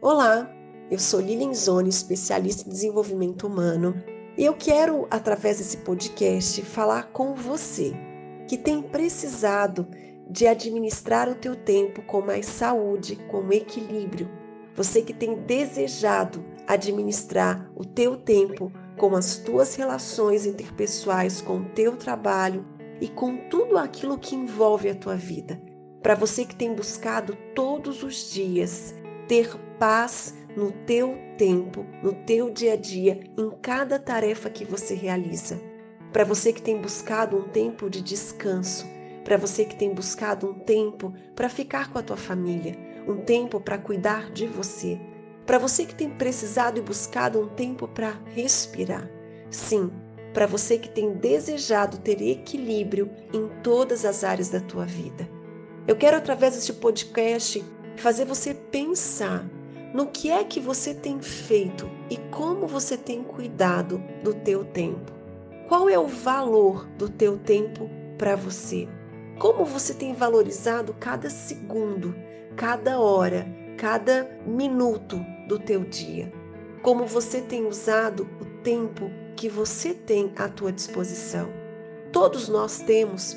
Olá, eu sou Lilian Zoni, especialista em desenvolvimento humano, e eu quero, através desse podcast, falar com você que tem precisado de administrar o teu tempo com mais saúde, com equilíbrio. Você que tem desejado administrar o teu tempo com as tuas relações interpessoais, com o teu trabalho e com tudo aquilo que envolve a tua vida. Para você que tem buscado todos os dias ter paz no teu tempo, no teu dia a dia, em cada tarefa que você realiza. Para você que tem buscado um tempo de descanso, para você que tem buscado um tempo para ficar com a tua família, um tempo para cuidar de você, para você que tem precisado e buscado um tempo para respirar. Sim, para você que tem desejado ter equilíbrio em todas as áreas da tua vida. Eu quero, através deste podcast, fazer você pensar no que é que você tem feito e como você tem cuidado do teu tempo. Qual é o valor do teu tempo para você? Como você tem valorizado cada segundo, cada hora, cada minuto do teu dia? Como você tem usado o tempo que você tem à tua disposição? Todos nós temos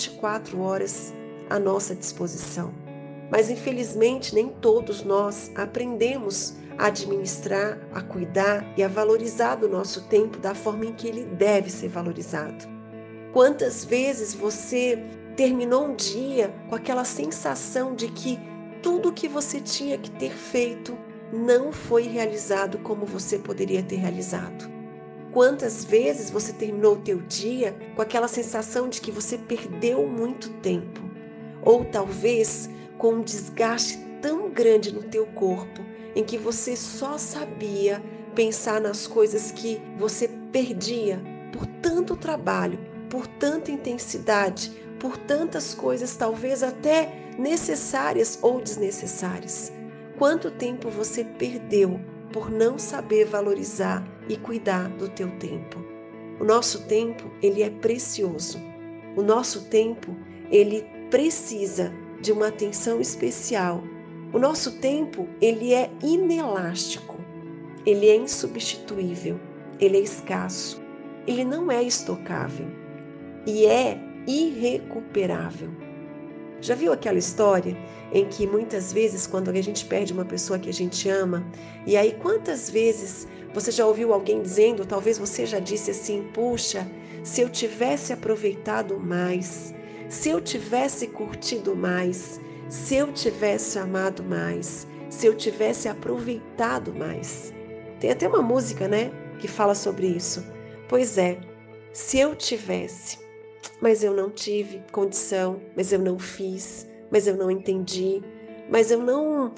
24 horas à nossa disposição. Mas infelizmente nem todos nós aprendemos a administrar, a cuidar e a valorizar do nosso tempo da forma em que ele deve ser valorizado. Quantas vezes você terminou um dia com aquela sensação de que tudo que você tinha que ter feito não foi realizado como você poderia ter realizado? Quantas vezes você terminou o teu dia com aquela sensação de que você perdeu muito tempo? Ou talvez com um desgaste tão grande no teu corpo, em que você só sabia pensar nas coisas que você perdia por tanto trabalho, por tanta intensidade, por tantas coisas talvez até necessárias ou desnecessárias. Quanto tempo você perdeu por não saber valorizar e cuidar do teu tempo? O nosso tempo, ele é precioso. O nosso tempo, ele precisa de uma atenção especial. O nosso tempo, ele é inelástico, ele é insubstituível, ele é escasso, ele não é estocável e é irrecuperável. Já viu aquela história em que muitas vezes quando a gente perde uma pessoa que a gente ama, e aí quantas vezes você já ouviu alguém dizendo, talvez você já disse assim, puxa, se eu tivesse aproveitado mais, se eu tivesse curtido mais, se eu tivesse amado mais, se eu tivesse aproveitado mais. Tem até uma música, né, que fala sobre isso. Pois é, se eu tivesse, mas eu não tive condição, mas eu não fiz, mas eu não entendi, mas eu não,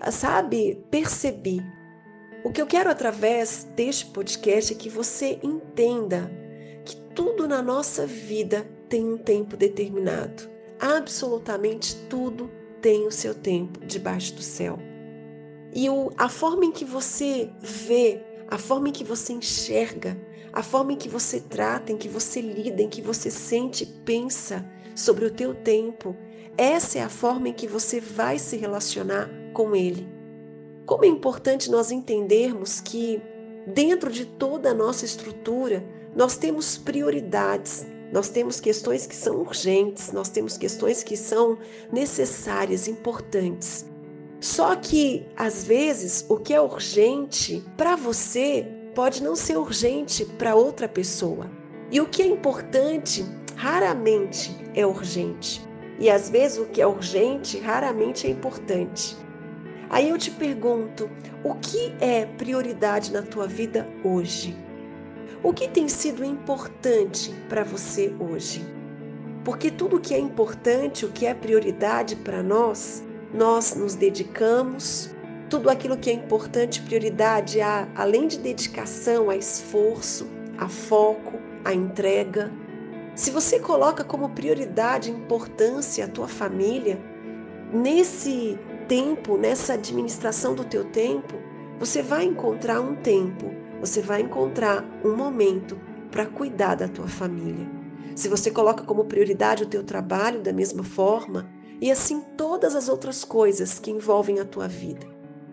percebi. O que eu quero através deste podcast é que você entenda que tudo na nossa vida tem um tempo determinado. Absolutamente tudo tem o seu tempo debaixo do céu. E a forma em que você vê, a forma em que você enxerga, a forma em que você trata, em que você lida, em que você sente e pensa sobre o teu tempo, essa é a forma em que você vai se relacionar com ele. Como é importante nós entendermos que dentro de toda a nossa estrutura, nós temos prioridades, nós temos questões que são urgentes, nós temos questões que são necessárias, importantes. Só que, às vezes, o que é urgente para você pode não ser urgente para outra pessoa. E o que é importante raramente é urgente. E às vezes o que é urgente raramente é importante. Aí eu te pergunto, o que é prioridade na tua vida hoje? O que tem sido importante para você hoje? Porque tudo que é importante, o que é prioridade para nós nos dedicamos. Tudo aquilo que é importante, prioridade, além de dedicação, a esforço, a foco, a entrega. Se você coloca como prioridade, importância a tua família, nesse tempo, nessa administração do teu tempo, você vai encontrar um tempo, você vai encontrar um momento para cuidar da tua família. Se você coloca como prioridade o teu trabalho da mesma forma, e assim todas as outras coisas que envolvem a tua vida.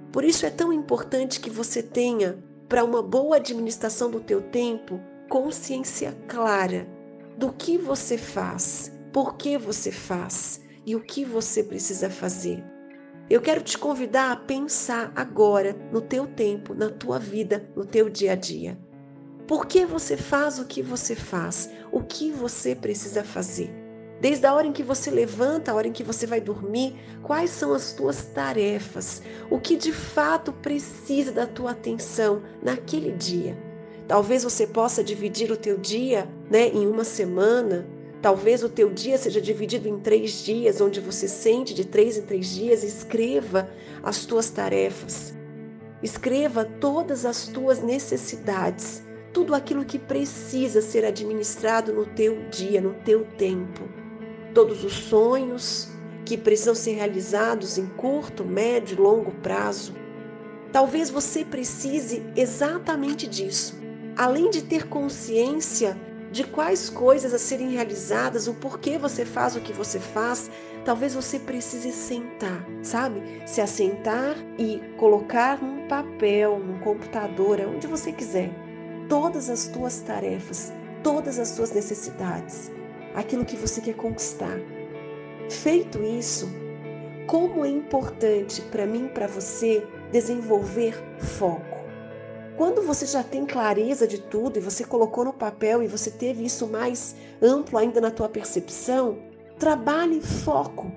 Por isso é tão importante que você tenha, para uma boa administração do teu tempo, consciência clara do que você faz, por que você faz e o que você precisa fazer. Eu quero te convidar a pensar agora no teu tempo, na tua vida, no teu dia a dia. Por que você faz o que você faz? O que você precisa fazer? Desde a hora em que você levanta, a hora em que você vai dormir, quais são as tuas tarefas? O que de fato precisa da tua atenção naquele dia? Talvez você possa dividir o teu dia, em uma semana. Talvez o teu dia seja dividido em 3 dias, onde você sente de 3 em 3 dias e escreva as tuas tarefas. Escreva todas as tuas necessidades, tudo aquilo que precisa ser administrado no teu dia, no teu tempo. Todos os sonhos que precisam ser realizados em curto, médio e longo prazo. Talvez você precise exatamente disso. Além de ter consciência de quais coisas a serem realizadas, o porquê você faz o que você faz, talvez você precise sentar, sabe? Se assentar e colocar num papel, num computador, onde você quiser, todas as tuas tarefas, todas as tuas necessidades, aquilo que você quer conquistar. Feito isso, como é importante para mim e para você desenvolver foco. Quando você já tem clareza de tudo e você colocou no papel e você teve isso mais amplo ainda na tua percepção, trabalhe foco,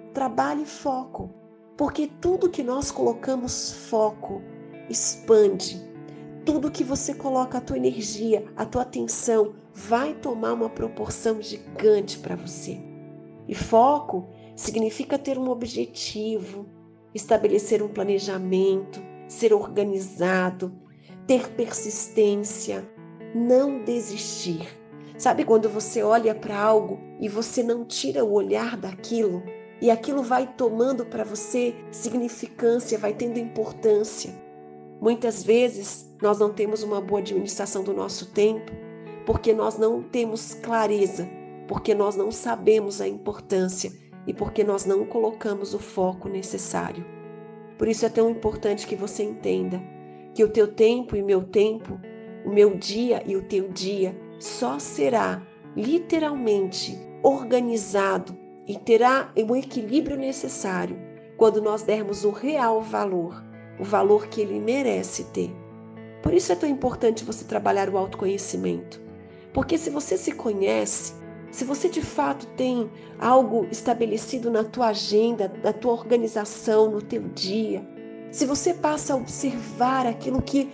porque tudo que nós colocamos foco expande. Tudo que você coloca a tua energia, a tua atenção, vai tomar uma proporção gigante para você. E foco significa ter um objetivo, estabelecer um planejamento, ser organizado, ter persistência, não desistir. Sabe quando você olha para algo e você não tira o olhar daquilo? E aquilo vai tomando para você significância, vai tendo importância. Muitas vezes nós não temos uma boa administração do nosso tempo porque nós não temos clareza, porque nós não sabemos a importância e porque nós não colocamos o foco necessário. Por isso é tão importante que você entenda que o teu tempo e meu tempo, o meu dia e o teu dia, só será literalmente organizado e terá o equilíbrio necessário quando nós dermos o real valor, o valor que ele merece ter. Por isso é tão importante você trabalhar o autoconhecimento. Porque se você se conhece, se você de fato tem algo estabelecido na tua agenda, na tua organização, no teu dia, se você passa a observar aquilo que,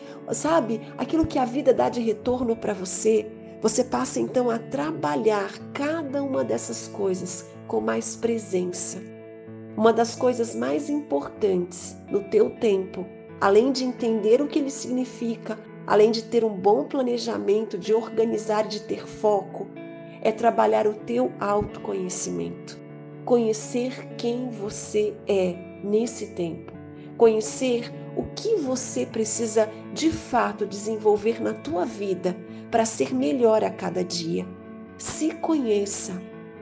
aquilo que a vida dá de retorno para você, você passa então a trabalhar cada uma dessas coisas com mais presença. Uma das coisas mais importantes no teu tempo, além de entender o que ele significa, além de ter um bom planejamento, de organizar, de ter foco, é trabalhar o teu autoconhecimento. Conhecer quem você é nesse tempo. Conhecer o que você precisa de fato desenvolver na tua vida para ser melhor a cada dia. Se conheça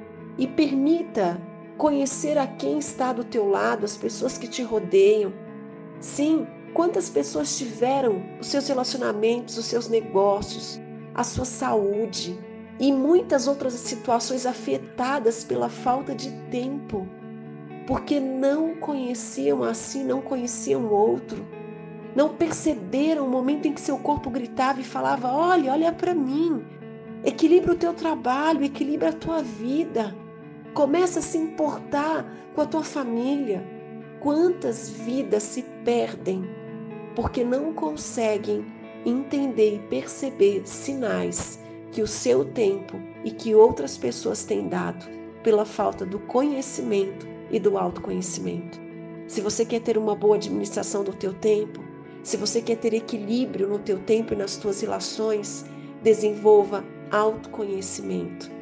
e permita conhecer a quem está do teu lado, as pessoas que te rodeiam. Sim, quantas pessoas tiveram os seus relacionamentos, os seus negócios, a sua saúde e muitas outras situações afetadas pela falta de tempo, porque não conheciam assim, não conheciam o outro, não perceberam o momento em que seu corpo gritava e falava: olha para mim, equilibra o teu trabalho, equilibra a tua vida, começa a se importar com a tua família. Quantas vidas se perdem porque não conseguem entender e perceber sinais que o seu tempo e que outras pessoas têm dado pela falta do conhecimento e do autoconhecimento. Se você quer ter uma boa administração do teu tempo, se você quer ter equilíbrio no teu tempo e nas tuas relações, desenvolva autoconhecimento.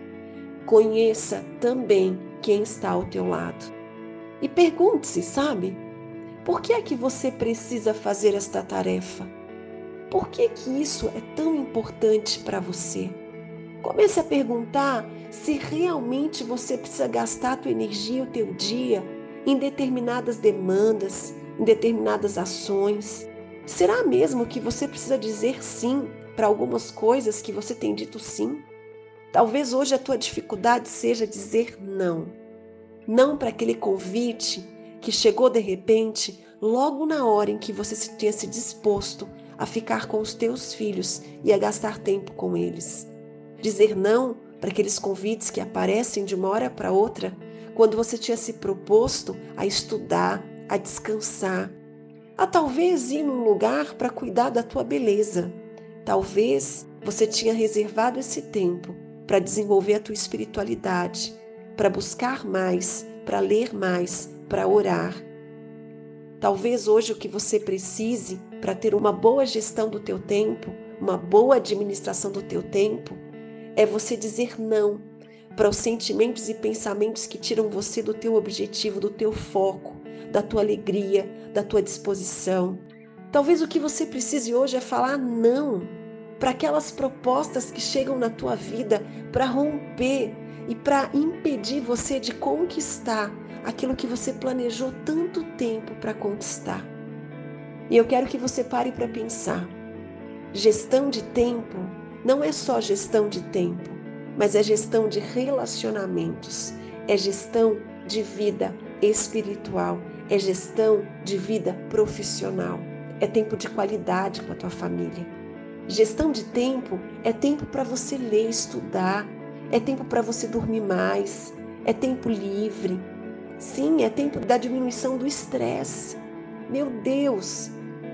Conheça também quem está ao teu lado. E pergunte-se, por que é que você precisa fazer esta tarefa? Por que que isso é tão importante para você? Comece a perguntar se realmente você precisa gastar a tua energia, o teu dia, em determinadas demandas, em determinadas ações? Será mesmo que você precisa dizer sim para algumas coisas que você tem dito sim? Talvez hoje a tua dificuldade seja dizer não. Não para aquele convite que chegou de repente, logo na hora em que você tinha se disposto a ficar com os teus filhos e a gastar tempo com eles. Dizer não para aqueles convites que aparecem de uma hora para outra, quando você tinha se proposto a estudar, a descansar, a talvez ir num lugar para cuidar da tua beleza. Talvez você tinha reservado esse tempo para desenvolver a tua espiritualidade, para buscar mais, para ler mais, para orar. Talvez hoje o que você precise para ter uma boa gestão do teu tempo, uma boa administração do teu tempo, é você dizer não para os sentimentos e pensamentos que tiram você do teu objetivo, do teu foco, da tua alegria, da tua disposição. Talvez o que você precise hoje é falar não para aquelas propostas que chegam na tua vida para romper e para impedir você de conquistar aquilo que você planejou tanto tempo para conquistar. E eu quero que você pare para pensar. Gestão de tempo não é só gestão de tempo, mas é gestão de relacionamentos, é gestão de vida espiritual, é gestão de vida profissional, é tempo de qualidade com a tua família. Gestão de tempo é tempo para você ler, estudar, é tempo para você dormir mais, é tempo livre. Sim, é tempo da diminuição do estresse. Meu Deus!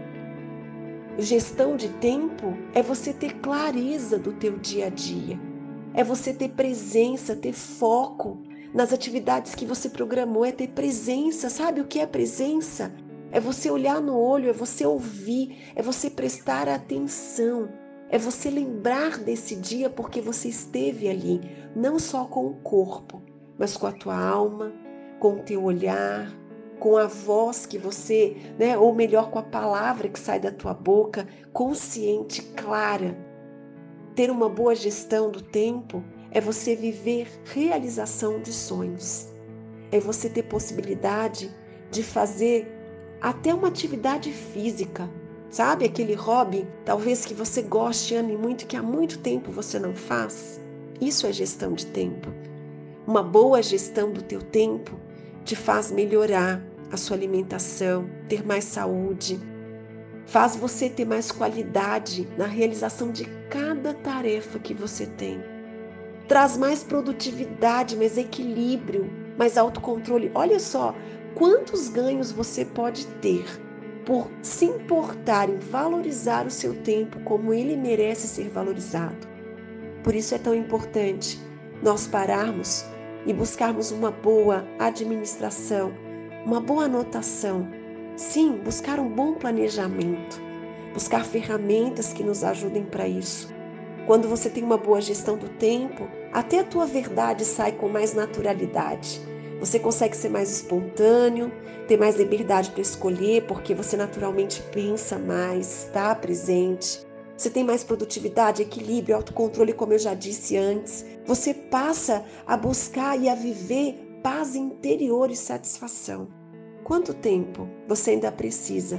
Gestão de tempo é você ter clareza do teu dia a dia. É você ter presença, ter foco nas atividades que você programou, é ter presença. Sabe o que é presença? É você olhar no olho, é você ouvir, é você prestar atenção. É você lembrar desse dia porque você esteve ali, não só com o corpo, mas com a tua alma, com o teu olhar, com a voz que você, ou melhor, com a palavra que sai da tua boca, consciente, clara. Ter uma boa gestão do tempo é você viver realização de sonhos. É você ter possibilidade de fazer até uma atividade física. Sabe aquele hobby, talvez que você goste, ame muito, que há muito tempo você não faz? Isso é gestão de tempo. Uma boa gestão do teu tempo te faz melhorar a sua alimentação, ter mais saúde, faz você ter mais qualidade na realização de cada tarefa que você tem. Traz mais produtividade, mais equilíbrio, mais autocontrole. Olha só quantos ganhos você pode ter por se importar em valorizar o seu tempo como ele merece ser valorizado. Por isso é tão importante nós pararmos e buscarmos uma boa administração, uma boa anotação. Sim, buscar um bom planejamento, buscar ferramentas que nos ajudem para isso. Quando você tem uma boa gestão do tempo, até a tua verdade sai com mais naturalidade. Você consegue ser mais espontâneo, ter mais liberdade para escolher, porque você naturalmente pensa mais, está presente. Você tem mais produtividade, equilíbrio, autocontrole, como eu já disse antes. Você passa a buscar e a viver paz interior e satisfação. Quanto tempo você ainda precisa?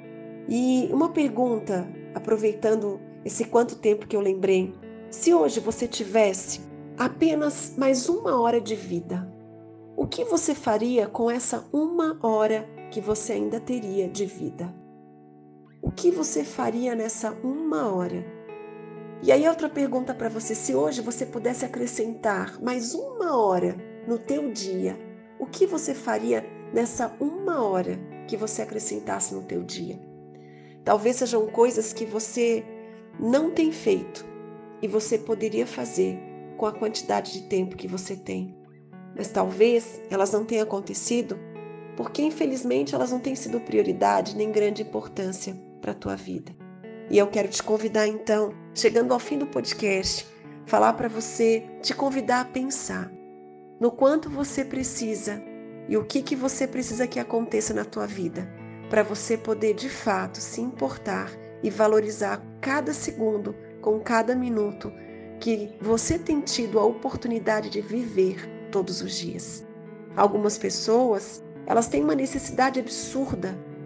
E uma pergunta, aproveitando esse quanto tempo que eu lembrei. Se hoje você tivesse apenas mais 1 hora de vida, o que você faria com essa 1 hora que você ainda teria de vida? O que você faria nessa 1 hora? E aí outra pergunta para você, se hoje você pudesse acrescentar mais 1 hora no teu dia, o que você faria nessa 1 hora que você acrescentasse no teu dia? Talvez sejam coisas que você não tem feito e você poderia fazer com a quantidade de tempo que você tem. Mas talvez elas não tenham acontecido porque infelizmente elas não têm sido prioridade nem grande importância para a tua vida. E eu quero te convidar então, chegando ao fim do podcast, falar para você, te convidar a pensar no quanto você precisa e o que você precisa que aconteça na tua vida para você poder de fato se importar e valorizar cada segundo com cada minuto que você tem tido a oportunidade de viver todos os dias. Algumas pessoas, elas têm uma necessidade absurda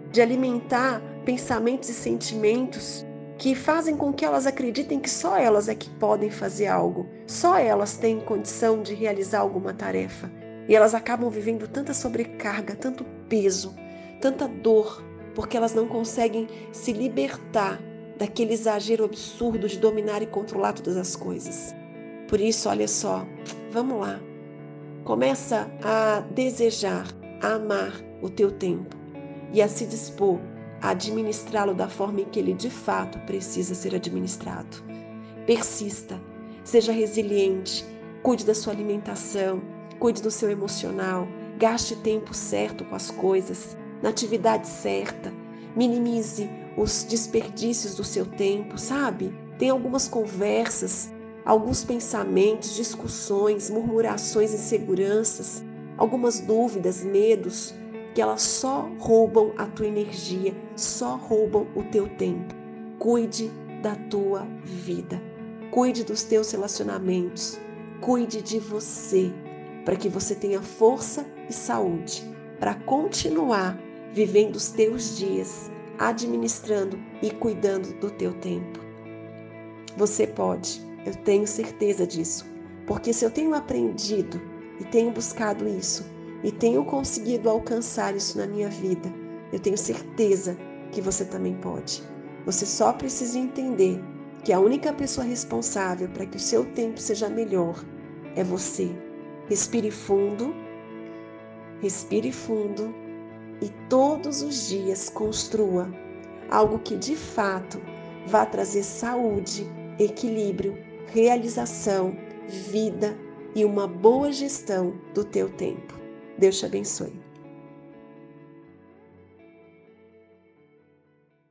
de alimentar pensamentos e sentimentos que fazem com que elas acreditem que só elas é que podem fazer algo, só elas têm condição de realizar alguma tarefa. E elas acabam vivendo tanta sobrecarga, tanto peso, tanta dor, porque elas não conseguem se libertar daquele exagero absurdo de dominar e controlar todas as coisas. Por isso, olha só, vamos lá. Começa a desejar, a amar o teu tempo e a se dispor a administrá-lo da forma em que ele de fato precisa ser administrado. Persista, seja resiliente, cuide da sua alimentação, cuide do seu emocional, gaste tempo certo com as coisas, na atividade certa, minimize os desperdícios do seu tempo, sabe? Tem algumas conversas, alguns pensamentos, discussões, murmurações, inseguranças, algumas dúvidas, medos, que elas só roubam a tua energia, só roubam o teu tempo. Cuide da tua vida, cuide dos teus relacionamentos, cuide de você, para que você tenha força e saúde para continuar vivendo os teus dias, administrando e cuidando do teu tempo. Você pode, eu tenho certeza disso, porque se eu tenho aprendido e tenho buscado isso, e tenho conseguido alcançar isso na minha vida, eu tenho certeza que você também pode. Você só precisa entender que a única pessoa responsável para que o seu tempo seja melhor é você. Respire fundo e todos os dias construa algo que de fato vá trazer saúde, equilíbrio, realização, vida e uma boa gestão do teu tempo. Deus te abençoe.